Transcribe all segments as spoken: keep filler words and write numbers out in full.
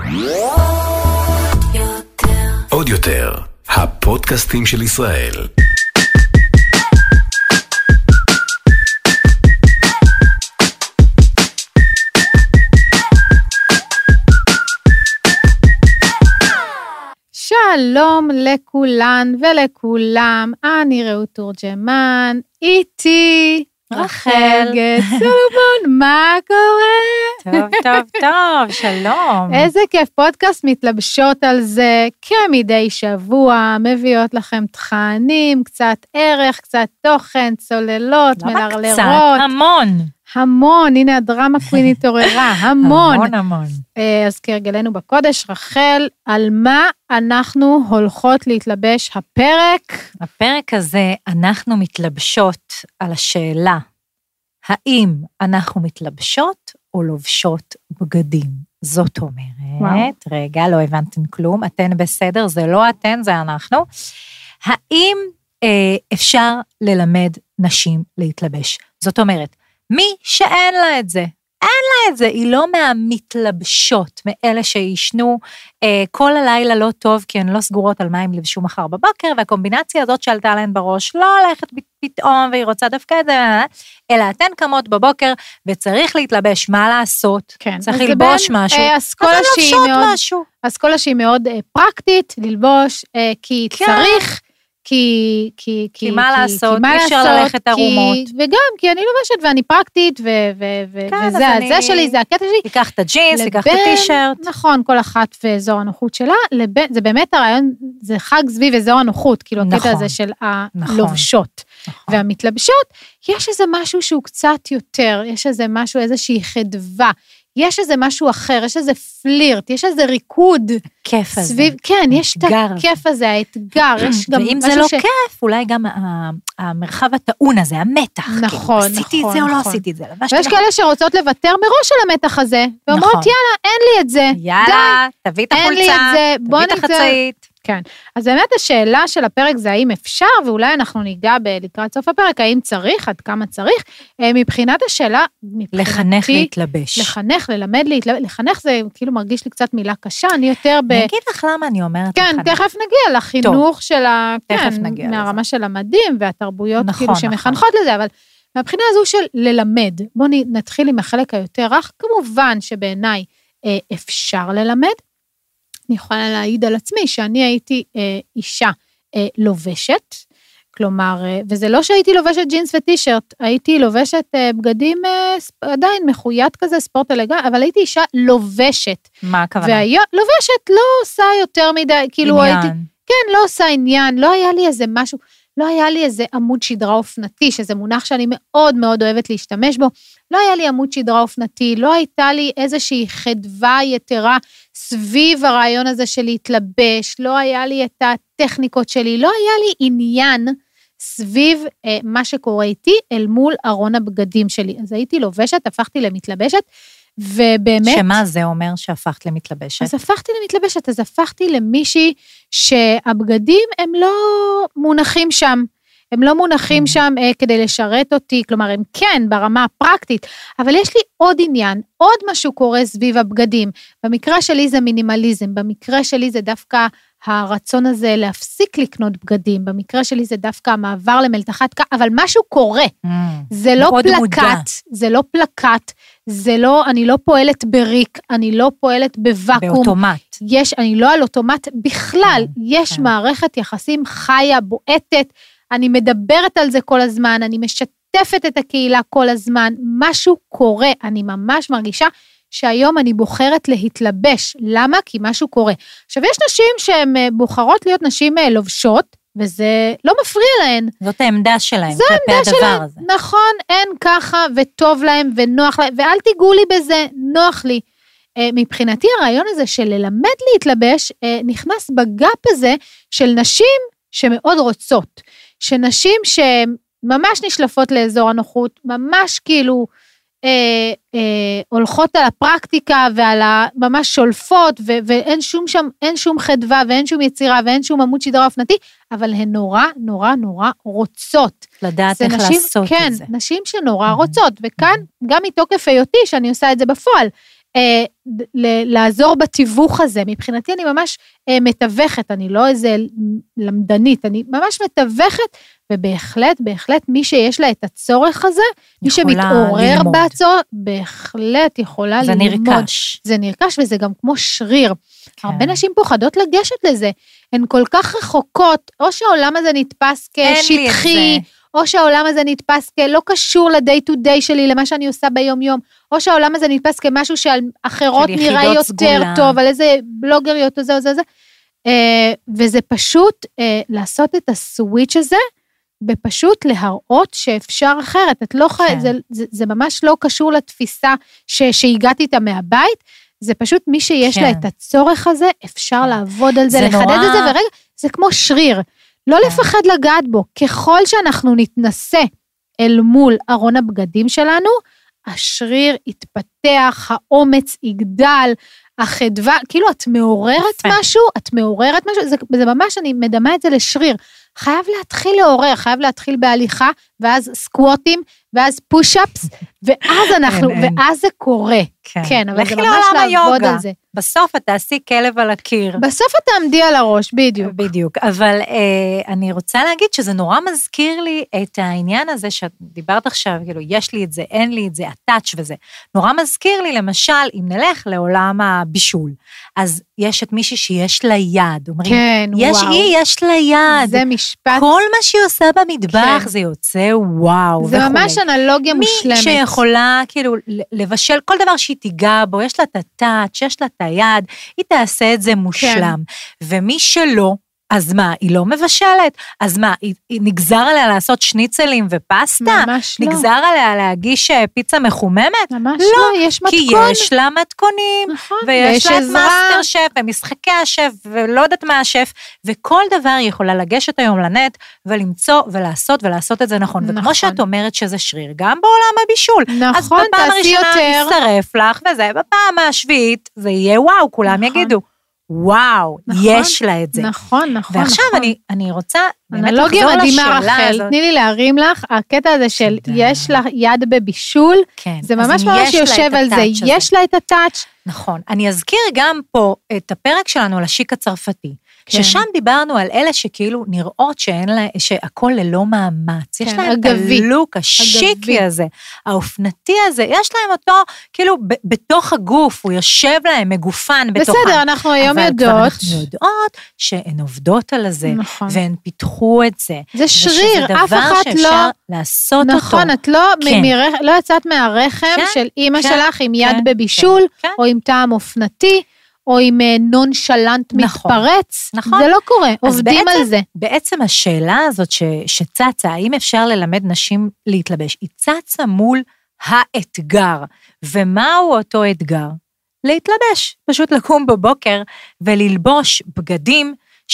עוד יותר, הפודקאסטים של ישראל. שלום לכולן ולכולם, אני רעות תורג'מן, איתי רחל גצלובון, מה קורה? טוב, טוב, טוב, שלום. איזה כיף, פודקאסט מתלבשות על זה, כמדי שבוע, מביאות לכם תכנים, קצת ערך, קצת תוכן, צוללות, מלרלרות. למה קצת? המון. המון, הנה הדרמה קווין התעוררה, המון. המון, המון. אז כרגלנו בקודש, רחל, על מה אנחנו הולכות להתלבש הפרק? הפרק הזה אנחנו מתלבשות על השאלה, האם אנחנו מתלבשות או לובשות בגדים? זאת אומרת, וואו. רגע, לא הבנתם כלום, אתן בסדר, זה לא אתן, זה אנחנו. האם אה, אפשר ללמד נשים להתלבש? זאת אומרת, מי שאין לה את זה, אין לה את זה, היא לא מהמתלבשות, מאלה שישנו אה, כל הלילה לא טוב, כי הן לא סגורות על מה הם לבשו מחר בבוקר, והקומבינציה הזאת שעלתה להן בראש, לא הולכת פתאום, והיא רוצה דווקא את זה, אלא אתן קמות בבוקר, וצריך להתלבש, מה לעשות? כן, צריך ללבוש בין, משהו, אה, אז כל השיא מאוד, אז כל השיא מאוד אה, פרקטית, ללבוש, אה, כי כן. צריך, כי, כי, כי, כי מה כי, לעשות, כי מה אי אפשר לעשות, ללכת ערומות. כי, וגם, כי אני לובשת ואני פרקטית, ו, ו, ו, כן, וזה אני... זה שלי, זה הקטע שלי. תיקח את הג'ינס, תיקח את הטישרט. נכון, כל אחת ואזור הנוחות שלה, לבין, זה באמת הרעיון, זה חג סביב אזור הנוחות, כאילו נכון, הקטע הזה של הלובשות. נכון. והמתלבשות, יש איזה משהו שהוא קצת יותר, יש איזה משהו, איזושהי חדווה, יש איזה משהו אחר, יש איזה פלירט, יש איזה ריקוד. כיף הזה. סביב, כן, יש את הכיף הזה, האתגר, יש גם ואם זה לא כיף, אולי גם המרחב הטעון הזה, המתח. נכון, נכון. עשיתי את זה או לא עשיתי את זה. ויש כאלה שרוצות לוותר מראש על המתח הזה, ואומרות, יאללה, אין לי את זה. יאללה, תביא את החולצה, תביא את החצאית. כן, אז באמת השאלה של הפרק זה האם אפשר, ואולי אנחנו ניגע לקראת סוף הפרק, האם צריך, עד כמה צריך, מבחינת השאלה, לחנך להתלבש. לחנך, ללמד להתלבש, לחנך זה כאילו מרגיש לי קצת מילה קשה, אני יותר ב... אני אגיד לך למה אני אומרת כן, לחנך. תכף נגיע לחינוך של ה... תכף נגיע לזה. מהרמה של המדים והתרבויות נכון, כאילו שמחנכות לזה, אבל מהבחינה הזו של ללמד, בואו נתחיל עם החלק היותר רך, כמובן שבעיניי אפשר ללמד, אני יכולה להעיד על עצמי שאני הייתי אה, אישה אה, לובשת, כלומר, אה, וזה לא שהייתי לובשת ג'ינס וטישרט, הייתי לובשת אה, בגדים אה, עדיין מחויית כזה, ספורט אלגנטי, אבל הייתי אישה לובשת. מה הכוונה? והיום, לובשת לא עושה יותר מדי, כאילו עניין. הייתי, כן, לא עושה עניין, לא היה לי איזה משהו, לא היה לי איזה עמוד שדרה אופנתי, שזה מונח שאני מאוד מאוד אוהבת להשתמש בו, לא היה לי עמוד שדרה אופנתי, לא הייתה לי איזושהי חדווה יתרה סביב הרעיון הזה של להתלבש, לא היה לי את הטכניקות שלי, לא היה לי עניין סביב אה, מה שקורה איתי אל מול ארון הבגדים שלי. אז הייתי לובשת, הפכתי למתלבשת, ובאמת... שמה זה אומר שהפכת למתלבשת? אז הפכתי למתלבשת, אז הפכתי למישהי שהבגדים הם לא מונחים שם, הם לא מונחים שם אה, כדי לשרת אותי, כלומר הם כן ברמה הפרקטית, אבל יש לי עוד עניין, עוד משהו קורה סביב הבגדים, במקרה שלי זה מינימליזם, במקרה שלי זה דווקא הרצון הזה להפסיק לקנות בגדים, במקרה שלי זה דווקא המעבר למלתחת, אבל משהו קורה, mm, זה לא פלקט, מודע. זה לא פלקט, זה לא, אני לא פועלת בריק, אני לא פועלת בוואקום. באוטומט. יש, אני לא על אוטומט בכלל, כן, יש כן. מערכת יחסים חיה, בועטת, אני מדברת על זה כל הזמן, אני משתפת את הקהילה כל הזמן, משהו קורה, אני ממש מרגישה שהיום אני בוחרת להתלבש, למה? כי משהו קורה. עכשיו יש נשים שהן בוחרות להיות נשים לובשות, וזה לא מפריע להן. זאת העמדה שלהן, זו העמדה שלהן, הזה. נכון, אין ככה, וטוב להן, ונוח להן, ואל תיגעו לי בזה, נוח לי. מבחינתי הרעיון הזה של ללמד להתלבש, נכנס בגאפ הזה של נשים שמאוד רוצות, שנשים שממש נשלפות לאזור הנוחות, ממש כאילו אה, אה, הולכות על הפרקטיקה ועל הממש שולפות, ו- ואין שום שם, אין שום חדווה ואין שום יצירה ואין שום עמוד שדרה אופנתי, אבל הן נורא נורא נורא רוצות. לדעת איך נשים, לעשות כן, את זה. כן, נשים שנורא רוצות, וכאן גם מתוקף היותי שאני עושה את זה בפועל, אה, ל- לעזור בתיווך הזה. מבחינתי אני ממש אה, מתווכת, אני לא איזה למדנית, אני ממש מתווכת, ובהחלט, בהחלט, מי שיש לה את הצורך הזה, מי שמתעורר בצורך, בהחלט יכולה זה ללמוד. זה נרכש. זה נרכש, וזה גם כמו שריר. כן. הרבה נשים פוחדות לגשת לזה, הן כל כך רחוקות, או שהעולם הזה נתפס כשטחי, או שהעולם הזה נתפס כלא קשור ל-day to day שלי, למה שאני עושה ביום יום, או שהעולם הזה נתפס כמשהו שעל אחרות נראה יותר סגולה. טוב, על איזה בלוגריות או זה או זה או זה, וזה פשוט לעשות את הסוויץ' הזה, בפשוט להראות שאפשר אחרת, את לא חי... כן. זה, זה, זה ממש לא קשור לתפיסה ש, שהגעתי איתה מהבית, זה פשוט מי שיש כן. לה את הצורך הזה, אפשר כן. לעבוד על זה, זה לחדד נורא... את זה, ורגע, זה כמו שריר, לא כן. לפחד לגעת בו, ככל שאנחנו נתנסה אל מול ארון הבגדים שלנו, השריר יתפתח, האומץ יגדל, החדווה, כאילו את מעוררת יפה. משהו, את מעוררת משהו, זה, זה ממש, אני מדמה את זה לשריר, חייב להתחיל לעורר, חייב להתחיל בהליכה, ואז סקווטים, ואז פוש-אפס, ואז אנחנו, ואז זה קורה. כן, כן אבל זה ממש לעבוד על זה. בסוף את תעשי כלב על הקיר. בסוף את תעמדי על הראש, בדיוק. בדיוק, אבל אה, אני רוצה להגיד שזה נורא מזכיר לי את העניין הזה שאת דיברת עכשיו, כאילו, יש לי את זה, אין לי את זה, הטאץ' וזה. נורא מזכיר לי, למשל, אם נלך לעולם הבישול, אז יש את מישהי שיש לה יד, אומרים, כן, יש וואו. היא, יש לה יד. זה משפט. כל מה שהיא עושה במטבח, כן. זה יוצא וואו. זה וכולי. ממש אנלוגיה מי מושלמת. מי שיכולה, כאילו, לבשל, כל דבר שהיא תיגע בו, יש לה את הטאץ', יש לה את היד, היא תעשה את זה מושלם. כן. ומי שלא, אז מה, היא לא מבשלת? אז מה, היא, היא נגזר עליה לעשות שניצלים ופסטה? ממש לא. נגזר עליה להגיש פיצה מחוממת? ממש לא, לא יש מתכון. כי יש לה מתכונים, נכון, ויש לה את מאסטר שף, ומשחקי השף, ולא יודעת מה השף, וכל דבר היא יכולה לגשת היום לנט, ולמצוא ולעשות, ולעשות את זה נכון. נכון. וכמו שאת אומרת שזה שריר, גם בעולם הבישול. נכון, תעשי יותר. אז בפעם הראשונה ישרף לך, וזה, בפעם השביעית, זה יהיה וואו, כולם נכון. יגידו. וואו, נכון, יש לה את זה. נכון, נכון. ועכשיו נכון. אני, אני רוצה באמת לחזור לשאלה הזאת. אנלוגיה מדהימה רחל, תני לי להרים לך, הקטע הזה של תודה. יש לה יד בבישול, כן, זה ממש ממש יושב על זה, הזה. יש לה את הטאץ'. נכון, אני אזכיר גם פה את הפרק שלנו על השיק הצרפתי, כן. ששם דיברנו על אלה שכאילו נראות שאין לה, שהכל ללא מאמץ, כן, יש להם אגבי, את הלוק השיקי אגבי. הזה, האופנתי הזה, יש להם אותו כאילו ב- בתוך הגוף, הוא יושב להם מגופן בתוכן. בסדר, אנחנו היום אבל יודעות. אבל אנחנו יודעות שהן עובדות על זה, נכון. והן פיתחו את זה. זה שריר, אף אחת לא. שאפשר לעשות נכון, אותו. את לא, כן. מרח, לא יצאת מהרחם כן, של אמא כן, שלך עם יד כן, בבישול, כן, או עם טעם אופנתי, או עם נון שלנט נכון, מתפרץ, נכון. זה לא קורה, עובדים בעצם, על זה. בעצם השאלה הזאת ש, שצצה, האם אפשר ללמד נשים להתלבש, היא צצה מול האתגר, ומהו אותו אתגר? להתלבש, פשוט לקום בבוקר וללבוש בגדים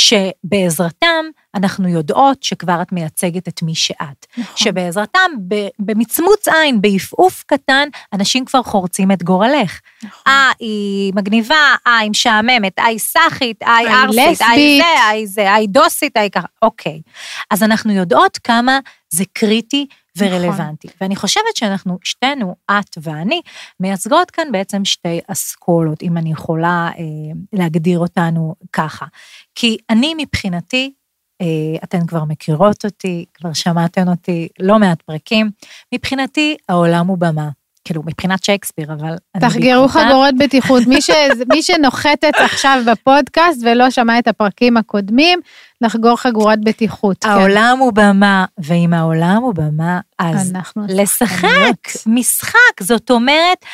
שבעזרתם אנחנו יודעות שכבר את מייצגת את מי שאת. נכון. שבעזרתם, במצמוץ עין, ביפעוף קטן, אנשים כבר חורצים את גורלך. נכון. אה, היא מגניבה, אה, היא משעממת, אה, היא סחית, אה, היא ארסית, אה, היא זה, אה, היא זה, אה, היא דוסית, אה, היא ככה. אוקיי. אז אנחנו יודעות כמה זה קריטי ורלוונטי. נכון. ואני חושבת שאנחנו, שתינו, את ואני, מייצגות כאן בעצם שתי אסכולות, אם אני יכולה אה, להגדיר אותנו ככה. כי אני מבחינתי, אתן כבר מכירות אותי, כבר שמעתן אותי לא מעט פרקים, מבחינתי העולם הוא במה, כאילו מבחינת שייקספיר, אבל... תחגרו חגורות בטיחות, מי, ש, מי שנוחתת עכשיו בפודקאסט ולא שמע את הפרקים הקודמים, לחגור חגורת בטיחות. העולם כן. הוא במה, ואם העולם הוא במה, אז לשחק, משחק, זאת אומרת,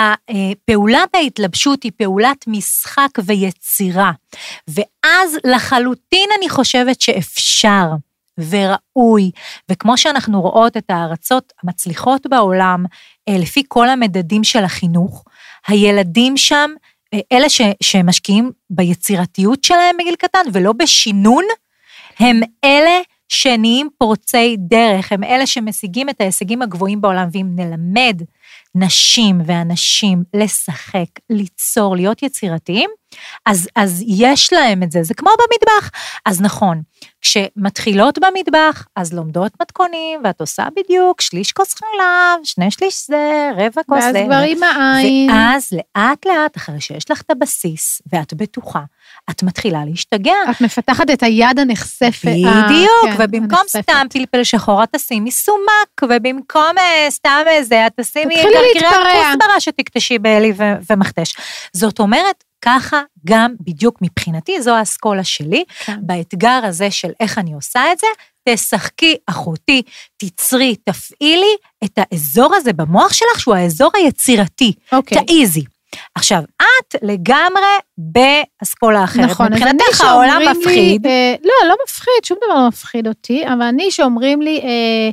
פעולת ההתלבשות היא פעולת משחק ויצירה, ואז לחלוטין אני חושבת שאפשר, וראוי, וכמו שאנחנו רואות את הארצות המצליחות בעולם, לפי כל המדדים של החינוך, הילדים שם, אלה ש, שמשקיעים ביצירתיות שלהם בגיל קטן, ולא בשינון, הם אלה שנהיים פורצי דרך, הם אלה שמשיגים את ההישגים הגבוהים בעולם, ואם נלמד נשים ואנשים לשחק, ליצור, להיות יצירתיים, אז, אז יש להם את זה, זה כמו במטבח. אז נכון, כשמתחילות במטבח, אז לומדות מתכונים, ואת עושה בדיוק שליש כוס חלב, שני שליש זה, רבע כוס זה. ואז כבר עם העין. ואז לאט לאט, אחרי שיש לך את הבסיס, ואת בטוחה, את מתחילה להשתגע. את מפתחת את היד הנחשפת. בדיוק, כן, ובמקום הנחשפת. סתם פלפל שחור, את תשימי סומק, ובמקום סתם איזה, את תשימי תתחילי להתפרע. כוסברה שתקטשי באלי ו- ומחתש. זאת אומרת, ככה גם בדיוק מבחינתי, זו האסכולה שלי, כן. באתגר הזה של איך אני עושה את זה, תשחקי אחותי, תצרי, תפעילי את האזור הזה במוח שלך, שהוא האזור היצירתי, אוקיי. תאיזי. עכשיו, את לגמרי באסכולה אחרת. נכון, אז אני מבחינתך העולם שאומרים מפחיד. לי, אה, לא, לא מפחיד, שום דבר לא מפחיד אותי, אבל אני שאומרים לי אה,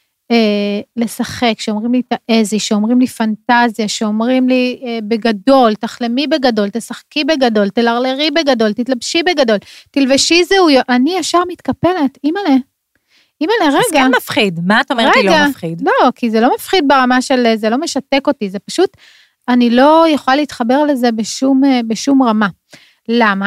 אה, לשחק, שאומרים לי תאזי, שאומרים לי פנטזיה, שאומרים לי אה, בגדול, תחלמי בגדול, תשחקי בגדול, תלרלרי בגדול, תתלבשי בגדול, תלבשי זהויות, אני ישר מתקפלת, אימא'לה, אימא'לה, רגע. אז כן מפחיד, מה את אומרת לי לא מפחיד? לא, כי זה לא מפחיד ברמה של, זה לא משתק אותי, זה פשוט, אני לא יכולה להתחבר לזה בשום, בשום רמה. למה?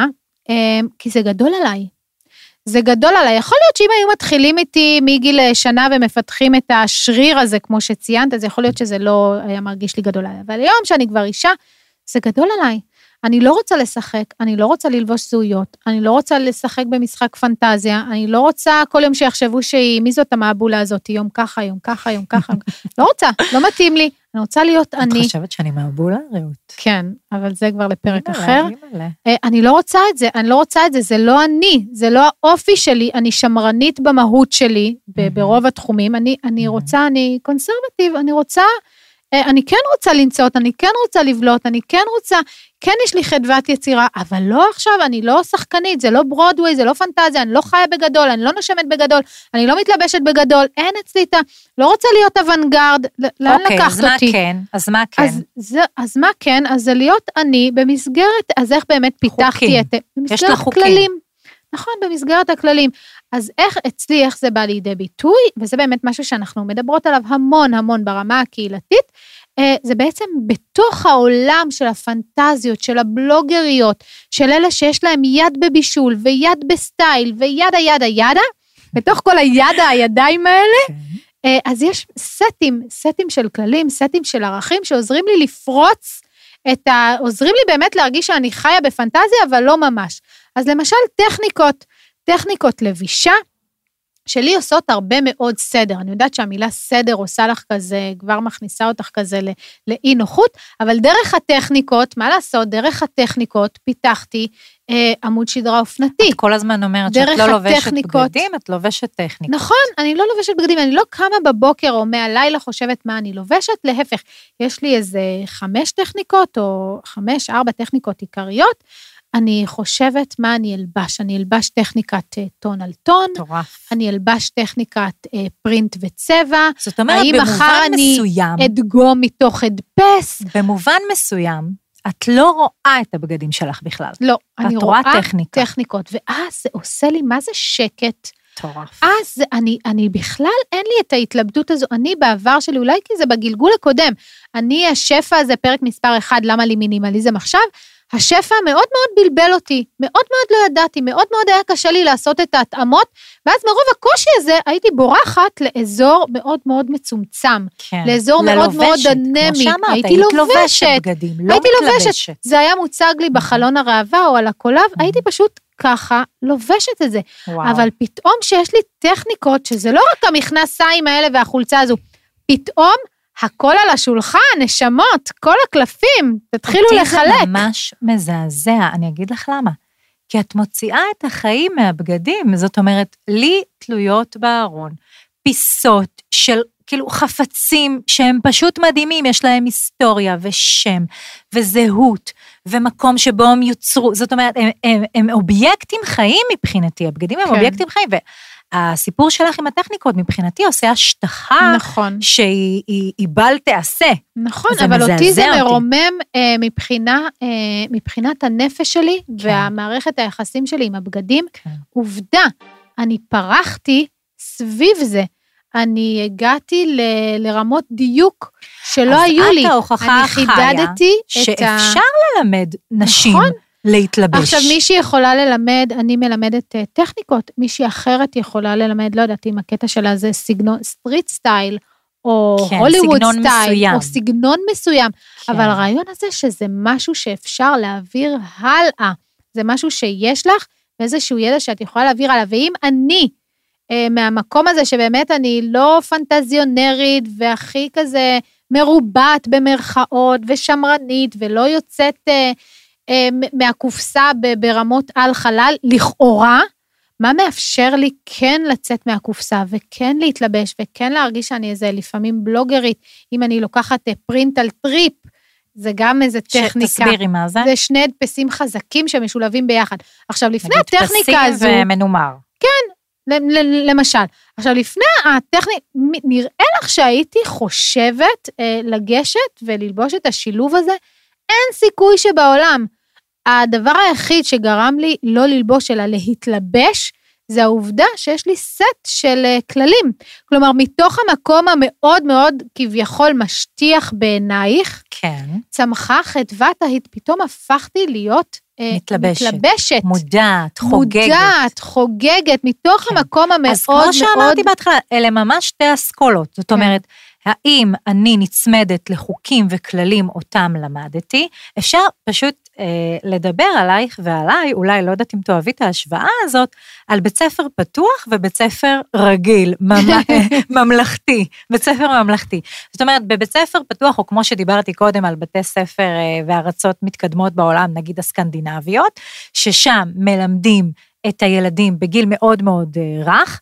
כי זה גדול עליי. זה גדול עליי. יכול להיות שאם היו מתחילים איתי מגיל שנה ומפתחים את השריר הזה, כמו שציינת, אז יכול להיות שזה לא היה מרגיש לי גדול עליי. אבל היום שאני כבר אישה, זה גדול עליי. אני לא רוצה לשחק, אני לא רוצה ללבוש זהויות, אני לא רוצה לשחק במשחק פנטזיה, אני לא רוצה כל יום שיחשבו שהיא, מי זאת המעבולה הזאת, יום ככה, יום ככה, יום ככה, לא רוצה, לא מתאים לי, אני רוצה להיות אני. את חושבת שאני מעבולה, רעות? כן, אבל זה כבר לפרק אימא'לה, אחר. אימא'לה. אני לא רוצה את זה, אני לא רוצה את זה, זה לא אני, זה לא האופי שלי, אני שמרנית במהות שלי, ברוב התחומים, אני, אני רוצה, אני קונסרבטיב, אני רוצה, אני כן רוצה לנצות, אני כן רוצה לבלוט, אני כן רוצה, כן יש לי חדוות יצירה, אבל לא עכשיו, אני לא שחקנית, זה לא ברודווי, זה לא פנטזיה, אני לא חיה בגדול, אני לא נושמת בגדול, אני לא מתלבשת בגדול, אין אצלי את ה... לא רוצה להיות אוונגרד, לאן אוקיי, לקחת אז מה אותי? כן? אז מה כן? אז, זה, אז מה כן? אז זה להיות אני במסגרת, אז איך באמת פיתחתי חוקים. את... יש לה במסגרת חוקים. כללים. נכון, במסגרת הכללים. אז איך אצלי, איך זה בא לידי ביטוי, וזה באמת משהו שאנחנו מדברות עליו המון המון ברמה הקהילתית, זה בעצם בתוך העולם של הפנטזיות, של הבלוגריות, של אלה שיש להם יד בבישול, ויד בסטייל, וידה ידה ידה, בתוך כל הידה הידיים האלה, אז יש סטים, סטים של כללים, סטים של ערכים, שעוזרים לי לפרוץ את ה... עוזרים לי באמת להרגיש שאני חיה בפנטזיה, אבל לא ממש. אז למשל טכניקות, טכניקות לבישה, שלי עושות הרבה מאוד סדר, אני יודעת שהמילה סדר עושה לך כזה, כבר מכניסה אותך כזה לאי נוחות, אבל דרך הטכניקות, מה לעשות, דרך הטכניקות פיתחתי אה, עמוד שדרה אופנתי. את כל הזמן אומרת שאת לא לובשת בגדים, את לובשת טכניקות. נכון, אני לא לובשת בגדים, אני לא קמה בבוקר או מהלילה חושבת מה אני לובשת, להפך, יש לי איזה חמש טכניקות, או חמש, ארבע טכניקות עיקריות, אני חושבת מה אני אלבש, אני אלבש טכניקת טון על טון, טורף. אני אלבש טכניקת אה, פרינט וצבע, זאת אומרת, במובן מסוים, אני אדגום מתוך הדפס, במובן מסוים, את לא רואה את הבגדים שלך בכלל. לא, אני את רואה רואה טכניקה. טכניקות, ואז זה עושה לי מה זה שקט, טורף. אז אני, אני בכלל אין לי את ההתלבטות הזו, אני בעבר שלי, אולי כי זה בגלגול הקודם, אני השפע הזה פרק מספר אחד, למה לי מינימליזם עכשיו, השפע מאוד מאוד בלבל אותי, מאוד מאוד לא ידעתי, מאוד מאוד היה קשה לי לעשות את ההתאמות, ואז מרוב הקושי הזה הייתי בורחת לאזור מאוד מאוד מצומצם, כן. לאזור מאוד מאוד אנמי, כמו שאמרת, הייתי היית לובשת, לובשת בגדים, לא הייתי מתלבשת. לובשת, זה היה מוצג לי בחלון הראווה או על הקולב, הייתי פשוט ככה לובשת את זה, וואו. אבל פתאום שיש לי טכניקות, שזה לא רק המכנסיים האלה והחולצה הזו, פתאום הכל על השולחן, נשמות, כל הקלפים, תתחילו לחלק. אותי זה ממש מזעזע, אני אגיד לך למה. כי את מוציאה את החיים מהבגדים, זאת אומרת, לי תלויות בארון, פיסות של כאילו חפצים שהם פשוט מדהימים, יש להם היסטוריה ושם וזהות ומקום שבו הם יוצרו, זאת אומרת, הם, הם, הם אובייקטים חיים מבחינתי, הבגדים הם כן. אובייקטים חיים, והסיפור שלך עם הטכניקות מבחינתי עושה השטחה, נכון. שהיא היא, היא בל תעשה. נכון, זה אבל אותי זה אותי. מרומם אה, מבחינה, אה, מבחינת הנפש שלי, כן. והמערכת היחסים שלי עם הבגדים, כן. עובדה, אני פרחתי סביב זה, אני הגעתי ל- לרמות דיוק שלא היו לי. אז את ההוכחה החיה, חידדתי שאפשר את ה... ללמד נשים נכון. להתלבש. עכשיו, מישהי יכולה ללמד, אני מלמדת uh, טכניקות, מישהי אחרת יכולה ללמד, לא יודעת אם הקטע שלה זה סגנון סטריט סטייל, או כן, הוליווד סגנון סטייל, מסוים. או סגנון מסוים, כן. אבל הרעיון הזה שזה משהו שאפשר להעביר הלאה, זה משהו שיש לך, ואיזשהו ידע שאת יכולה להעביר הלאה, ואם אני, אה, מהמקום הזה שבאמת אני לא פנטזיונרית, והכי כזה מרובת במרכאות, ושמרנית, ולא יוצאת אה, אה, מהקופסה ברמות על חלל, לכאורה, מה מאפשר לי כן לצאת מהקופסה, וכן להתלבש, וכן להרגיש שאני איזה לפעמים בלוגרית, אם אני לוקחת פרינט על טריפ, זה גם איזה טכניקה. שתסבירי מה זה. זה שני הדפסים חזקים שמשולבים ביחד. עכשיו, לפני הטכניקה הזו... הדפסים ומנומר. כן, למשל. עכשיו, לפני הטכניקה, נראה לך שהייתי חושבת אה, לגשת וללבוש את השילוב הזה, אין סיכוי שבעולם. הדבר היחיד שגרם לי לא ללבוש, אלא להתלבש, זה העובדה שיש לי סט של כללים. כלומר, מתוך המקום המאוד מאוד כביכול משטיח בעינייך, כן. צמחה חדוות ההת, פתאום הפכתי להיות מתלבשת. מתלבשת. מודעת, חוגגת. מודעת, חוגגת, מתוך כן. המקום המאוד אז כמו מאוד... שאמרתי בהתחלה, אלה ממש שתי אסכולות. זאת כן. אומרת, האם אני נצמדת לחוקים וכללים אותם למדתי, אפשר פשוט אה, לדבר עלייך ועליי, אולי לא יודעת אם תאהבי את ההשוואה הזאת, על בית ספר פתוח ובית ספר רגיל, ממלכתי, בית ספר ממלכתי. זאת אומרת, בבית ספר פתוח, או כמו שדיברתי קודם על בתי ספר אה, וארצות מתקדמות בעולם, נגיד הסקנדינביות, ששם מלמדים את הילדים בגיל מאוד מאוד אה, רך,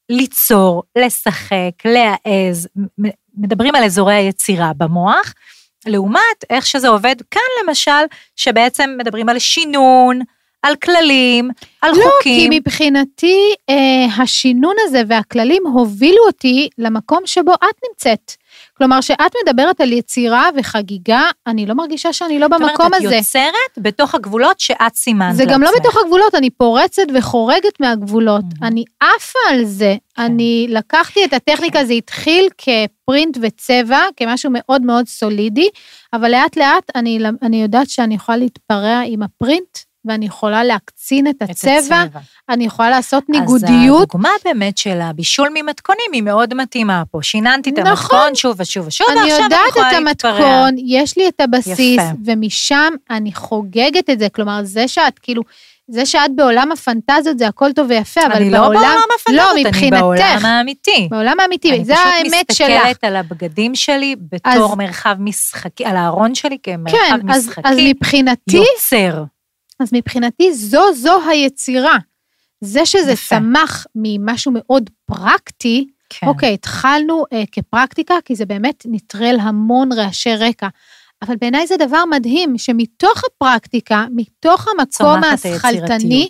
ליצור, לשחק, להעז, מדברים על אזורי היצירה במוח, לעומת איך שזה עובד כאן למשל, שבעצם מדברים על שינון, על כללים, על לא, חוקים. לא, כי מבחינתי אה, השינון הזה והכללים הובילו אותי למקום שבו את נמצאת. כלומר, שאת מדברת על יצירה וחגיגה, אני לא מרגישה שאני לא במקום הזה. את יוצרת בתוך הגבולות שאת סימנת זה לעצמך. גם לא בתוך הגבולות, אני פורצת וחורגת מהגבולות. Mm-hmm. אני עפה על זה. כן. אני לקחתי את הטכניקה, כן. זה התחיל כפרינט וצבע, כמשהו מאוד מאוד סולידי, אבל לאט לאט אני, אני יודעת שאני יכולה להתפרע עם הפרינט, ואני יכולה להקצין את הצבע, את הצבע. אני יכולה לעשות ניגודיות. אז הדוגמה באמת של הבישול ממתכונים היא מאוד מתאימה פה. שיננתי את נכון. המתכון שוב ושוב ושוב, אני ועכשיו אני יכולה יודעת את המתכון, יש לי את הבסיס, יפה. ומשם אני חוגגת את זה, כלומר, זה שאת כאילו, זה שאת בעולם הפנטזיות, זה הכל טוב ויפה, אבל בעולם... אני לא בעולם הפנטזיות, לא, אני בעולם האמיתי. בעולם האמיתי, זה האמת שלך. אני פשוט מסתכלת על הבגדים שלי, בתור אז, מרחב משחקי, על הארון שלי כמרחב כן, משחקי. אז, אז מבחינתי... יוצר. אז מבחינתי זו זו היצירה. זה שזה יפה. צמח ממשהו מאוד פרקטי, כן. אוקיי, התחלנו אה, כפרקטיקה, כי זה באמת נטרל המון רעשי רקע, אבל בעיניי זה דבר מדהים, שמתוך הפרקטיקה, מתוך המקום השכלתני,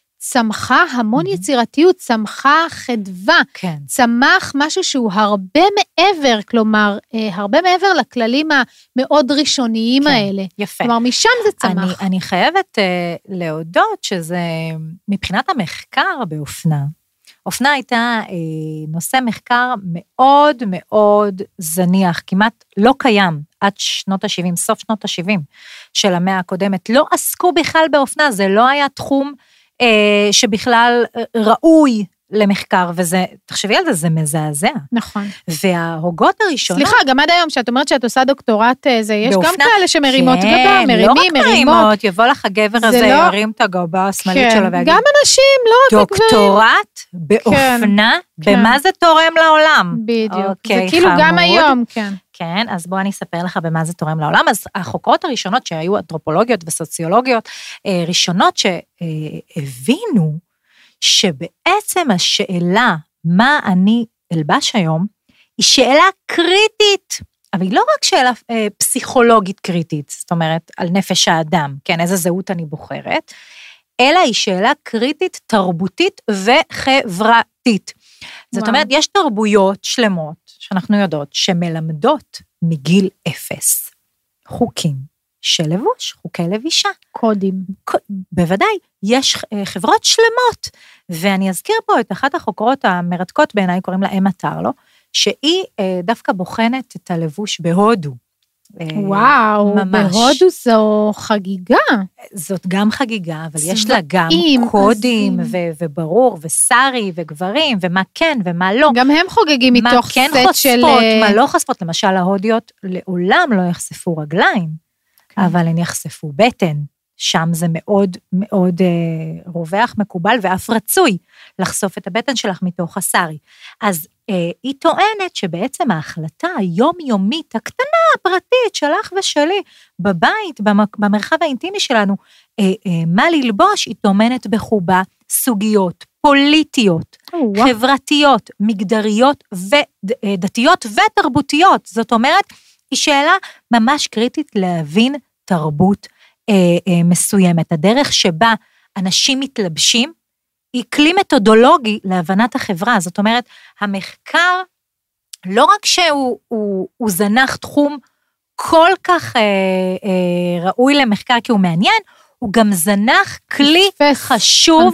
צמחה המון mm-hmm. יצירתיות, צמחה חדווה, כן. צמח משהו שהוא הרבה מעבר, כלומר, אה, הרבה מעבר לכללים המאוד ראשוניים כן. האלה. יפה. כלומר, משם זה צמח. אני, אני חייבת אה, להודות שזה, מבחינת המחקר באופנה, אופנה הייתה אה, נושא מחקר מאוד מאוד זניח, כמעט לא קיים, עד שנות ה-שבעים, סוף שנות ה-שבעים של המאה הקודמת, לא עסקו בכלל באופנה, זה לא היה תחום אה, שבכלל ראוי למחקר, וזה, תחשבי על זה, זה מזעזע. נכון. וההוגות הראשונות... סליחה, גם עד היום, שאת אומרת שאת עושה דוקטורט, זה, יש באופנה, גם כאלה שמרימות כן, גבה, מרימים, לא מרימות. מרימות, יבוא לך הגבר הזה, לא... ירים את הגבה השמאלית כן, שלו, ויגיד, גם אנשים, לא רק הגברים. דוקטורט באופנה, כן, במה כן. זה תורם לעולם? בדיוק, אוקיי, זה כאילו חמוד. גם היום, כן. כן, אז בוא אני אספר לך במה זה תורם לעולם. אז החוקרות הראשונות שהיו אנתרופולוגיות וסוציולוגיות, ראשונות שהבינו שבעצם השאלה מה אני אלבש היום, היא שאלה קריטית, אבל היא לא רק שאלה אה, פסיכולוגית קריטית, זאת אומרת, על נפש האדם, כן, איזה זהות אני בוחרת, אלא היא שאלה קריטית, תרבותית וחברתית. זאת וואו. אומרת, יש תרבויות שלמות, שאנחנו יודעות, שמלמדות מגיל אפס, חוקים, של לבוש, חוקי לבישה. קודים. בוודאי, יש חברות שלמות, ואני אזכיר פה את אחת החוקרות המרתקות בעיניי, קוראים לה אמה טרלו, שהיא דווקא בוחנת את הלבוש בהודו. וואו, ממש. בהודו זו חגיגה. זאת גם חגיגה, אבל יש לה גם קודים, ו- וברור, וסרי, וגברים, ומה כן, ומה לא. גם הם חוגגים מתוך כן סט חושפות, של... מה לא חושפות, למשל ההודיות לעולם לא יחשפו רגליים, כן. אבל הן יחשפו בטן, שם זה מאוד מאוד אה, רווח, מקובל, ואף רצוי לחשוף את הבטן שלך מתוך הסרי. אז אה, היא טוענת שבעצם ההחלטה היומיומית, הקטנה, הפרטית, שלך ושלי, בבית, במרחב האינטימי שלנו, אה, אה, מה ללבוש, היא טומנת בחובה סוגיות פוליטיות, oh, חברתיות, wow. מגדריות ודתיות ותרבותיות. זאת אומרת, היא שאלה ממש קריטית להבין תרבות אה, אה, מסוימת. הדרך שבה אנשים מתלבשים, היא כלי מתודולוגי להבנת החברה. זאת אומרת, המחקר, לא רק שהוא הוא, הוא זנח תחום כל כך אה, אה, ראוי למחקר כי הוא מעניין, הוא גם זנח כלי חשוב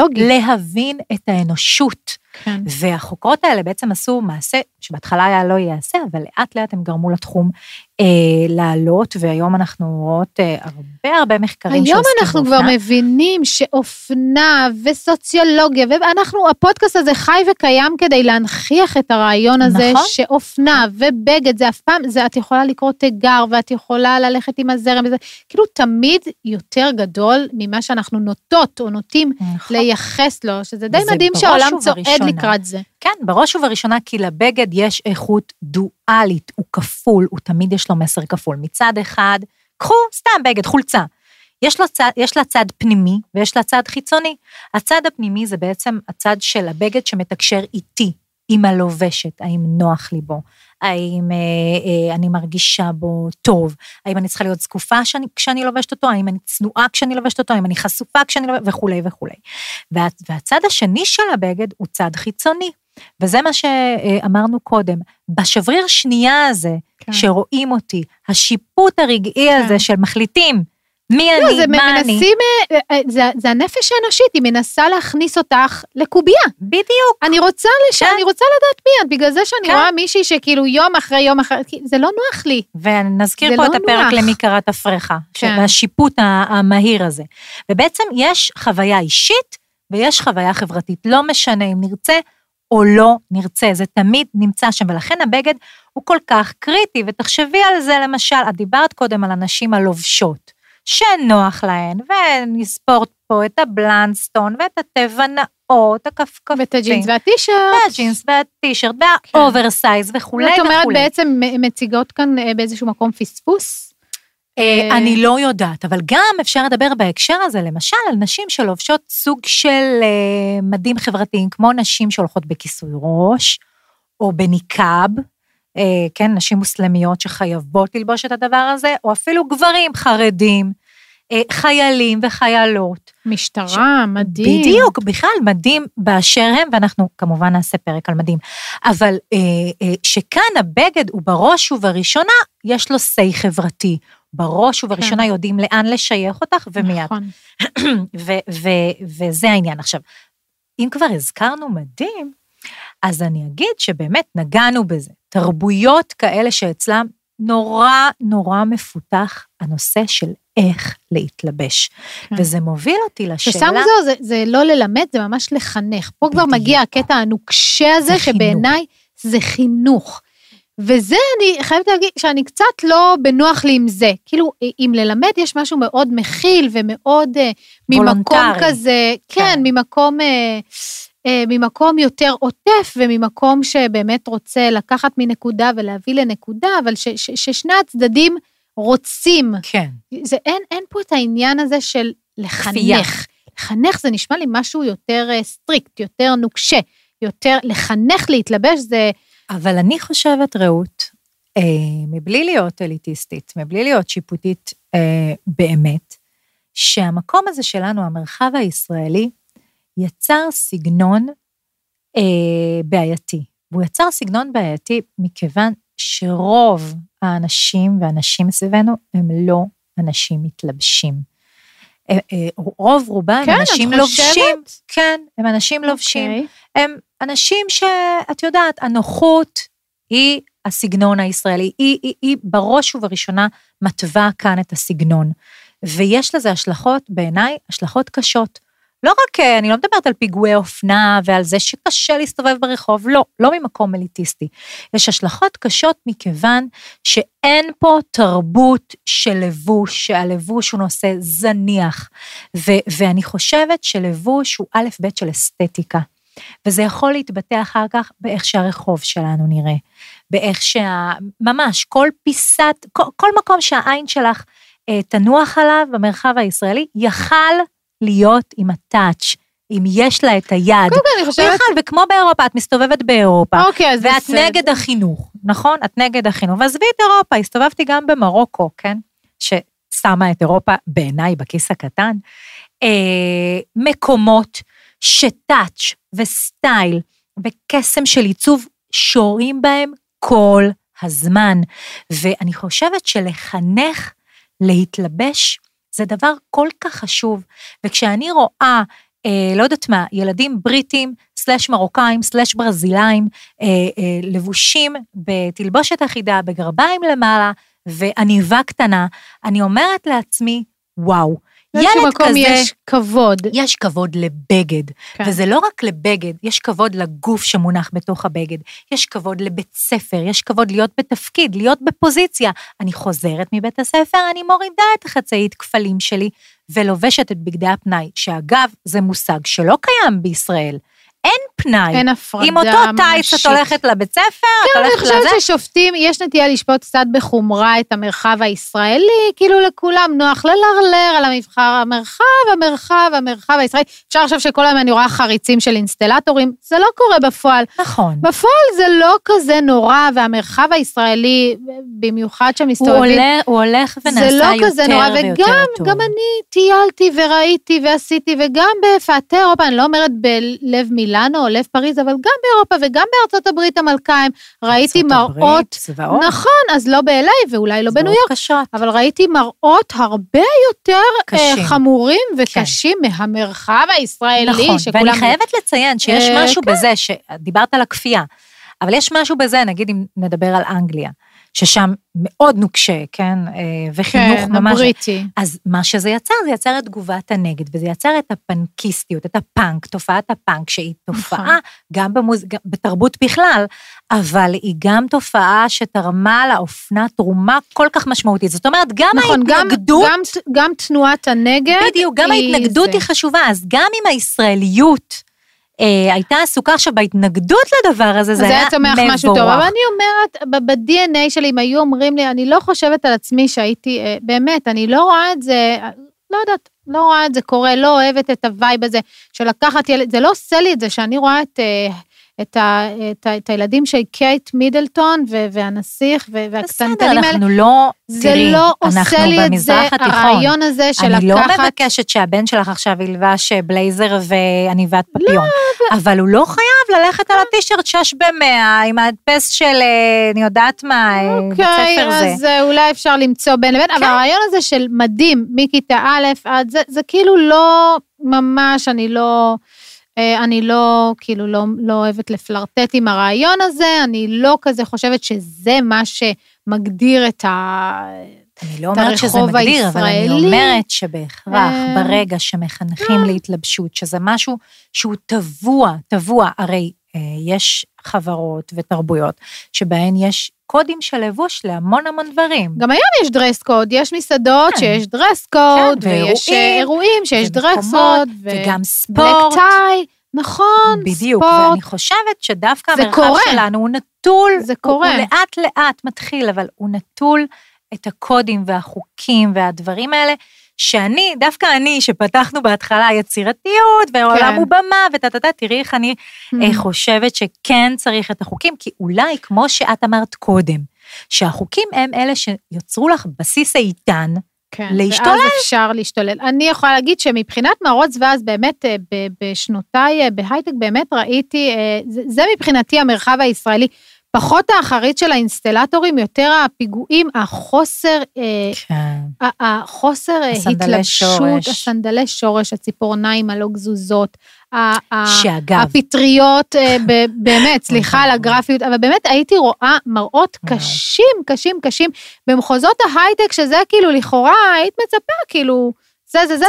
להבין את האנושות. כן. והחוקרות האלה בעצם עשו מעשה, שבהתחלה היה לא יעשה, אבל לאט לאט הם גרמו לתחום אה, לעלות, והיום אנחנו רואות אה, הרבה הרבה מחקרים שעוסקים באופנה. היום אנחנו כבר מבינים שאופנה וסוציולוגיה, ואנחנו, הפודקאסט הזה חי וקיים כדי להנכיח את הרעיון הזה, נכון? שאופנה ובגד, זה אף פעם, זה את יכולה לקרוא תיגר, ואת יכולה ללכת עם הזרם, וזה כאילו תמיד יותר גדול ממה שאנחנו נוטות או נוטים נכון. לייחס לו, שזה די מדהים שהעולם צועד לקראת זה. כן, בראש ובראשונה, כי לבגד יש איכות דואלית, הוא כפול, הוא תמיד יש לו מסר כפול. מצד אחד, קחו סתם בגד, חולצה. יש, לו צד, יש לה צד פנימי, ויש לה צד חיצוני. הצד הפנימי זה בעצם הצד של הבגד שמתקשר איתי, עם הלובשת, האם נוח לי בו, האם אה, אה, אני מרגישה בו טוב, האם אני צריכה להיות זקופה שאני, כשאני לובשת אותו, האם אני צנועה כשאני לובשת אותו, האם אני חשופה כשאני לובשת, וכו' וכו'. וה, והצד השני של הבגד הוא צד חיצוני, וזה מה שאמרנו קודם, בשבריר שנייה הזה, כן. שרואים אותי, השיפוט הרגעי כן. הזה של מחליטים, מי לא, אני, זה מה מנסים, אני? זה, זה הנפש האנושית, היא מנסה להכניס אותך לקוביה. בדיוק. אני רוצה, לש... כן. אני רוצה לדעת מי את, בגלל זה שאני כן. רואה מישהי שכאילו יום אחרי יום אחרי, זה לא נוח לי. ונזכיר פה לא את הפרק נוח. למי קראת הפרחה, כן. השיפוט המהיר הזה. ובעצם יש חוויה אישית, ויש חוויה חברתית, לא משנה אם נרצה, או לא נרצה, זה תמיד נמצא שם, ולכן הבגד הוא כל כך קריטי, ותחשבי על זה למשל, את דיברת קודם על הנשים הלובשות, שנוח להן, ונספור פה את הבלנסטון, ואת הטבע נאות, הכפכפים. ואת הג'ינס והטישרט. והג'ינס והטישרט, והאוברסייז וכו' וכו'. זאת אומרת, בעצם מציגות כאן באיזשהו מקום פספוס? אני לא יודעת, אבל גם אפשר לדבר בהקשר הזה, למשל, על נשים שלובשות סוג של מדים חברתיים, כמו נשים שהולכות בכיסוי ראש, או בניקאב, כן, נשים מוסלמיות שחייבות ללבוש את הדבר הזה, או אפילו גברים חרדים, חיילים וחיילות. משטרה, ש... מדהים. בדיוק, בכלל, מדהים באשר הם, ואנחנו כמובן נעשה פרק על מדהים, אבל שכאן הבגד הוא בראש ובראשונה, יש לו סי חברתי, בראש ובראשונה כן. יודעים לאן לשייך אותך, ומיד. נכון. ו- ו- וזה העניין. עכשיו, אם כבר הזכרנו מדהים, אז אני אגיד שבאמת נגענו בזה. תרבויות כאלה שאצלם נורא נורא מפותח הנושא של איך להתלבש. כן. וזה מוביל אותי לשאלה... ששם זו, זה, זה לא ללמד, זה ממש לחנך. פה כבר מגיע הקטע הנוקשה הזה, שבעיניי זה חינוך. וזה אני חייבת להגיד שאני קצת לא בנוח לי עם זה. כאילו, אם ללמד יש משהו מאוד מכיל ומאוד ממקום כזה, כן, כן. ממקום... ממקום יותר עוטף, וממקום שבאמת רוצה לקחת מנקודה ולהביא לנקודה, אבל ש, ש, ששני הצדדים רוצים. כן. זה, אין, אין פה את העניין הזה של לחנך. כפייה. לחנך זה נשמע לי משהו יותר סטריקט, יותר נוקשה, יותר לחנך להתלבש זה... אבל אני חושבת, רעות, אה, מבלי להיות אליטיסטית, מבלי להיות שיפוטית אה, באמת, שהמקום הזה שלנו, המרחב הישראלי, יצר סגנון אה, בעייתי. והוא יצר סגנון בעייתי מכיוון שרוב האנשים והנשים סביבנו הם לא אנשים מתלבשים. אה, אה, רוב רובם כן, אנשים לובשים. כן, הם אנשים לובשים. Okay. הם אנשים שאת יודעת, הנוחות היא הסגנון הישראלי, היא, היא, היא בראש ובראשונה מטבע כאן את הסגנון, ויש לזה השלכות, בעיניי, השלכות קשות. לא רק, אני לא מדברת על פיגועי אופנה, ועל זה שקשה להסתובב ברחוב, לא, לא ממקום אליטיסטי. יש השלכות קשות מכיוון שאין פה תרבות של לבוש, שהלבוש הוא נושא זניח, ו- ואני חושבת שלבוש הוא א' ב' של אסתטיקה, וזה יכול להתבטא אחר כך באיך שהרחוב שלנו נראה, באיך שה... ממש, כל פיסת, כל, כל מקום שהעין שלך אה, תנוח עליו במרחב הישראלי, יכל להיות עם הטאץ', אם יש לה את היד. קודם כל, אני חושבת... יכל, וכמו באירופה, את מסתובבת באירופה, אוקיי, אז ואת בסדר. נגד החינוך, נכון? את נגד החינוך, ועזבי את אירופה, הסתובבתי גם במרוקו, כן? ששמה את אירופה בעיניי בכיס הקטן, אה, מקומות שטאץ' וסטייל וקסם של עיצוב שורים בהם כל הזמן, ואני חושבת שלחנך להתלבש זה דבר כל כך חשוב, וכשאני רואה, אה, לא יודעת מה, ילדים בריטים, סלש מרוקאים, סלש ברזילאים, אה, אה, לבושים בתלבושת אחידה, בגרביים למעלה, ועניבה קטנה, אני אומרת לעצמי, וואו, ילד כזה, יש כבוד. יש כבוד לבגד, כן. וזה לא רק לבגד, יש כבוד לגוף שמונח בתוך הבגד, יש כבוד לבית ספר, יש כבוד להיות בתפקיד, להיות בפוזיציה, אני חוזרת מבית הספר, אני מורידה את החצאית כפלים שלי, ולובשת את בגדי הפנאי, שאגב, זה מושג שלא קיים בישראל, אין פנאי. אין הפרדה עם אותו טייץ את הולכת לבית ספר, כן, את הולכת לזה. אני חושבת ששופטים, יש נטייה לשפוט קצת בחומרה את המרחב הישראלי, כאילו לכולם נוח ללרלר על המבחר, המרחב, המרחב, המרחב הישראלי. אפשר עכשיו שכל היום אני רואה חריצים של אינסטלטורים, זה לא קורה בפועל. נכון. בפועל זה לא כזה נורא, והמרחב הישראלי, במיוחד שמסתובבים, הוא הולך ונעשה זה לא יותר כזה נורא, ויותר וגם טוב. גם אני טיילתי וראיתי ועשיתי, וגם בפאתי אירופה, אני לא אומרת בלב מילאנו או לב פריז, אבל גם באירופה וגם בארצות הברית המלכיים, ראיתי מראות, נכון, אז לא ב-אל איי ואולי לא בניו יורק, אבל ראיתי מראות הרבה יותר חמורים וקשים מהמרחב הישראלי. נכון, ואני חייבת לציין שיש משהו בזה, שדיברת על הכפייה, אבל יש משהו בזה, נגיד אם נדבר על אנגליה, ששם מאוד נוקשה, כן, וחינוך כן, ממש. הבריטי. אז מה שזה יצר, זה יצר את תגובת הנגד, וזה יצר את הפנקיסטיות, את הפאנק, תופעת הפאנק, שהיא תופעה נכון. גם במוז... בתרבות בכלל, אבל היא גם תופעה שתרמה לאופנה תרומה כל כך משמעותית. זאת אומרת, גם נכון, ההתנגדות... גם, גם, גם תנועת הנגד... בדיוק, גם היא ההתנגדות זה. היא חשובה, אז גם אם הישראליות... הייתה עסוקה עכשיו בהתנגדות לדבר הזה, זה היה צומח מבורך. משהו טוב, אבל אני אומרת, ב-די אן איי שלי, אם היו אומרים לי, אני לא חושבת על עצמי שהייתי, באמת, אני לא רואה את זה, לא יודעת, לא רואה את זה קורה, לא אוהבת את הווייב הזה, של לקחת ילד, זה לא עושה לי את זה, שאני רואה את... את, ה, את, ה, את הילדים של קייט מידלטון ו, והנסיך ו, והקטנטנים האלה. אנחנו לא, זה תראי, לא עושה לי את זה, הרעיון הזה של לקחת... אני לא מבקשת שהבן שלך עכשיו ילבש בלייזר ועניבת פפיון, לא, אבל הוא לא חייב ללכת על הטישרט שש במאה, עם ההדפס של, אני יודעת מה, אוקיי, אז זה. אולי אפשר למצוא בין לבין, כן. אבל הרעיון הזה של מדהים, מכיתה א' עד זה, זה כאילו לא ממש, אני לא... אני לא, כאילו, לא, לא אוהבת לפלרטט עם הרעיון הזה, אני לא כזה חושבת שזה מה שמגדיר את ה... אני לא אומרת שזה מגדיר, אבל אני אומרת שבהכרח, ברגע שמחנכים להתלבשות, שזה משהו שהוא טבוע, טבוע, הרי יש חברות ותרבויות, שבהן יש קודים של לבוש להמון המון דברים. גם היום יש דרס קוד, יש מסעדות כן. שיש דרס קוד, כן, ויש אירועים שיש דרס קוד, וגם ספורט. בלקטאי, נכון, בדיוק, ספורט. ואני חושבת שדווקא המרחב קורה. שלנו הוא נטול, זה קורה. הוא, הוא לאט לאט מתחיל, אבל הוא נטול את הקודים והחוקים והדברים האלה, שאני, דווקא אני, שפתחנו בהתחלה יצירתיות, ועולם הוא במה, ותתתה, תראי איך אני חושבת שכן צריך את החוקים, כי אולי, כמו שאת אמרת קודם, שהחוקים הם אלה שיוצרו לך בסיס איתן, כן, להשתולל. ואז אפשר להשתולל. אני יכולה להגיד שמבחינת מערות זוואז, באמת בשנותיי בהייטק, באמת ראיתי, זה, זה מבחינתי המרחב הישראלי, פחות האחרית של האינסטלטורים, יותר הפיגועים, החוסר, כן. החוסר התלבשות, הסנדלי שורש, הציפורניים הלא גזוזות, שאגב. הפטריות, באמת, סליחה על הגרפיות, אבל באמת הייתי רואה מראות קשים, קשים, קשים, במחוזות ההייטק, שזה כאילו לכאורה, היית מצפה, כאילו, זה, זה, זה,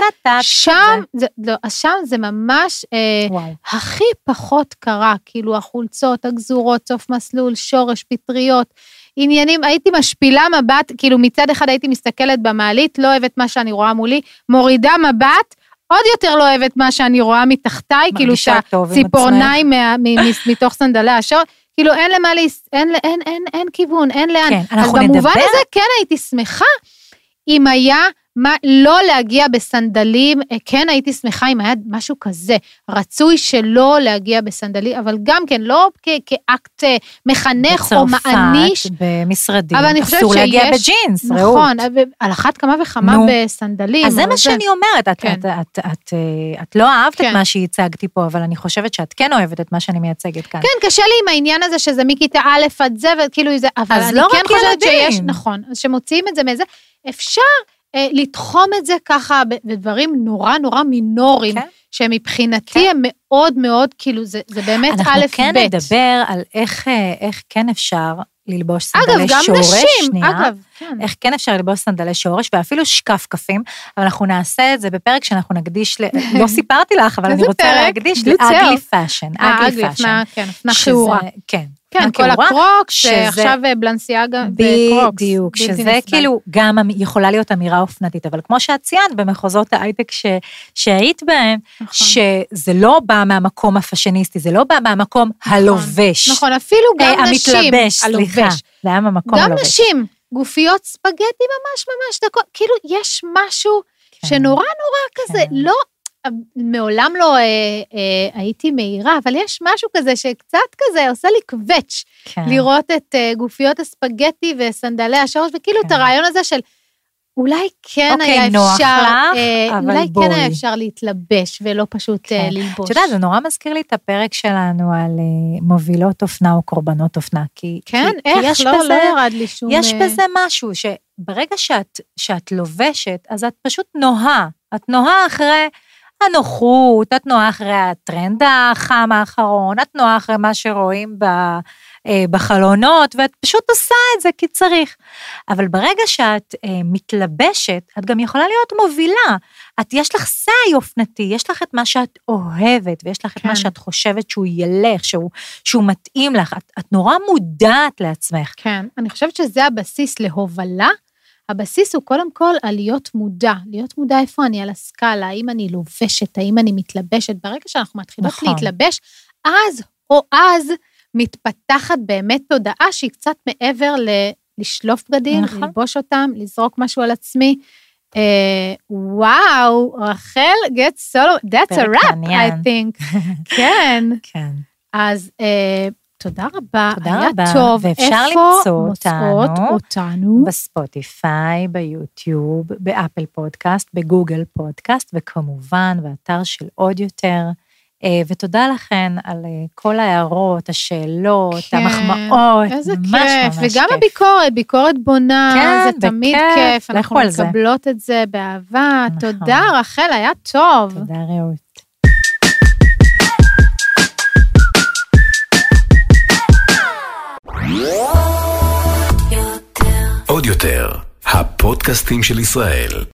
שם, זה, לא, שם זה ממש אה, הכי פחות קרה, כאילו החולצות, הגזורות, סוף מסלול, שורש, פטריות, עניינים, הייתי משפילה מבט, כאילו מצד אחד הייתי מסתכלת במעלית, לא אוהבת מה שאני רואה מולי, מורידה מבט, עוד יותר לא אוהבת מה שאני רואה מתחתיי, כאילו שהציפורניים מתוך סנדלי השור, כאילו אין למה, אין, אין, אין, אין כיוון, אין לאן, כן, אז במובן הזה כן הייתי שמחה, אם היה, מה, לא להגיע בסנדלים, כן הייתי שמחה אם היה משהו כזה, רצוי שלא להגיע בסנדלים, אבל גם כן, לא כ- כאקט מחנך או מעניש. בצרפת, במשרדים, אבל אני חושבת אסור שיש, להגיע בג'ינס, רעות. נכון, על אחת כמה וכמה נו. בסנדלים. אז זה מה שאני אומרת, את, כן. את, את, את, את לא אהבת כן. את מה שהצגתי פה, אבל אני חושבת שאת כן אוהבת את מה שאני מייצגת כאן. כן, קשה לי עם העניין הזה שזה מכיתה א' עד זה, וכאילו זה, אבל אני לא כן חושבת ילדים. שיש, נכון, אז שמוציאים את זה מאיזה, אפשר לתחום את זה ככה בדברים נורא נורא מינוריים, כן? שמבחינתי כן. הם מאוד מאוד, כאילו זה, זה באמת א' ב'. אנחנו כן נדבר על איך, איך כן אפשר ללבוש סנדלי אגב, שורש. אגב, גם נשים, שנייה, אגב, כן. איך כן אפשר ללבוש סנדלי שורש, ואפילו שקף קפים, אבל אנחנו נעשה את זה בפרק שאנחנו נקדיש, ל... לא סיפרתי לך, אבל אני רוצה פרק? להקדיש לאגלי פאשן. אגלי פאשן. כן, הפנה חיורה. כן. כן, כל הקרוקס, עכשיו בלנסיאגה וקרוקס. בדיוק, שזה כאילו גם יכולה להיות אמירה אופנתית, אבל כמו שאת ציינת במחוזות ההייטק שהיית בהם, שזה לא בא מהמקום הפאשיניסטי, זה לא בא מהמקום הלובש. נכון, אפילו גם נשים. המתלבש, סליחה. זה היה מהמקום הלובש. גם נשים, גופיות ספגטי ממש ממש דקות, כאילו יש משהו שנורא נורא כזה, לא... מעולם לא אה, אה, הייתי מהירה, אבל יש משהו כזה שקצת כזה עושה לי קווץ' כן. לראות את אה, גופיות הספגטי וסנדלי השורש, וכאילו כן. את הרעיון הזה של אולי כן אוקיי, היה נוח אפשר, לך, אה, אבל אולי בואי. כן היה אפשר להתלבש ולא פשוט כן. אה, ללבוש. אתה יודע, זה נורא מזכיר לי את הפרק שלנו על אה, מובילות אופנה או קורבנות אופנה, כי, כן, כי, איך? כי יש לא, בזה, לא ירד לי שום... יש בזה משהו שברגע שאת, שאת לובשת, אז את פשוט נוהה, את נוהה אחרי... הנוחות, את נועה אחרי הטרנד החם האחרון, את נועה אחרי מה שרואים בחלונות, ואת פשוט עושה את זה כי צריך. אבל ברגע שאת מתלבשת, את גם יכולה להיות מובילה. את, יש לך סי אופנתי, יש לך את מה שאת אוהבת, ויש לך את מה שאת חושבת שהוא ילך, שהוא, שהוא מתאים לך. את, את נורא מודעת לעצמך. כן, אני חושבת שזה הבסיס להובלה, הבסיס הוא קודם כל על להיות מודע, להיות מודע איפה אני על הסקאלה, האם אני לובשת, האם אני מתלבשת, ברגע שאנחנו מתחילות נכון. להתלבש, אז או אז מתפתחת באמת תודעה שהיא קצת מעבר ל- לשלוף בגדים, נכון. ללבוש אותם, לזרוק משהו על עצמי, אה, וואו, רחל, get solo, that's a wrap, I think, כן, כן, אז, אה, תודה רבה, תודה היה רבה. טוב, ואפשר איפה למצוא מוצאות אותנו, אותנו? בספוטיפיי, ביוטיוב, באפל פודקאסט, בגוגל פודקאסט, וכמובן באתר של עוד יותר, ותודה לכן על כל ההערות, השאלות, כן, המחמאות, איזה ממש כיף, ממש וגם כיף. הביקורת, ביקורת בונה, כן, זה תמיד בכיף, כיף, אנחנו לכו על זה. מקבלות את זה באהבה, נכון. תודה רחל, היה טוב. תודה רעות. עוד יותר, הפודקאסטים של ישראל.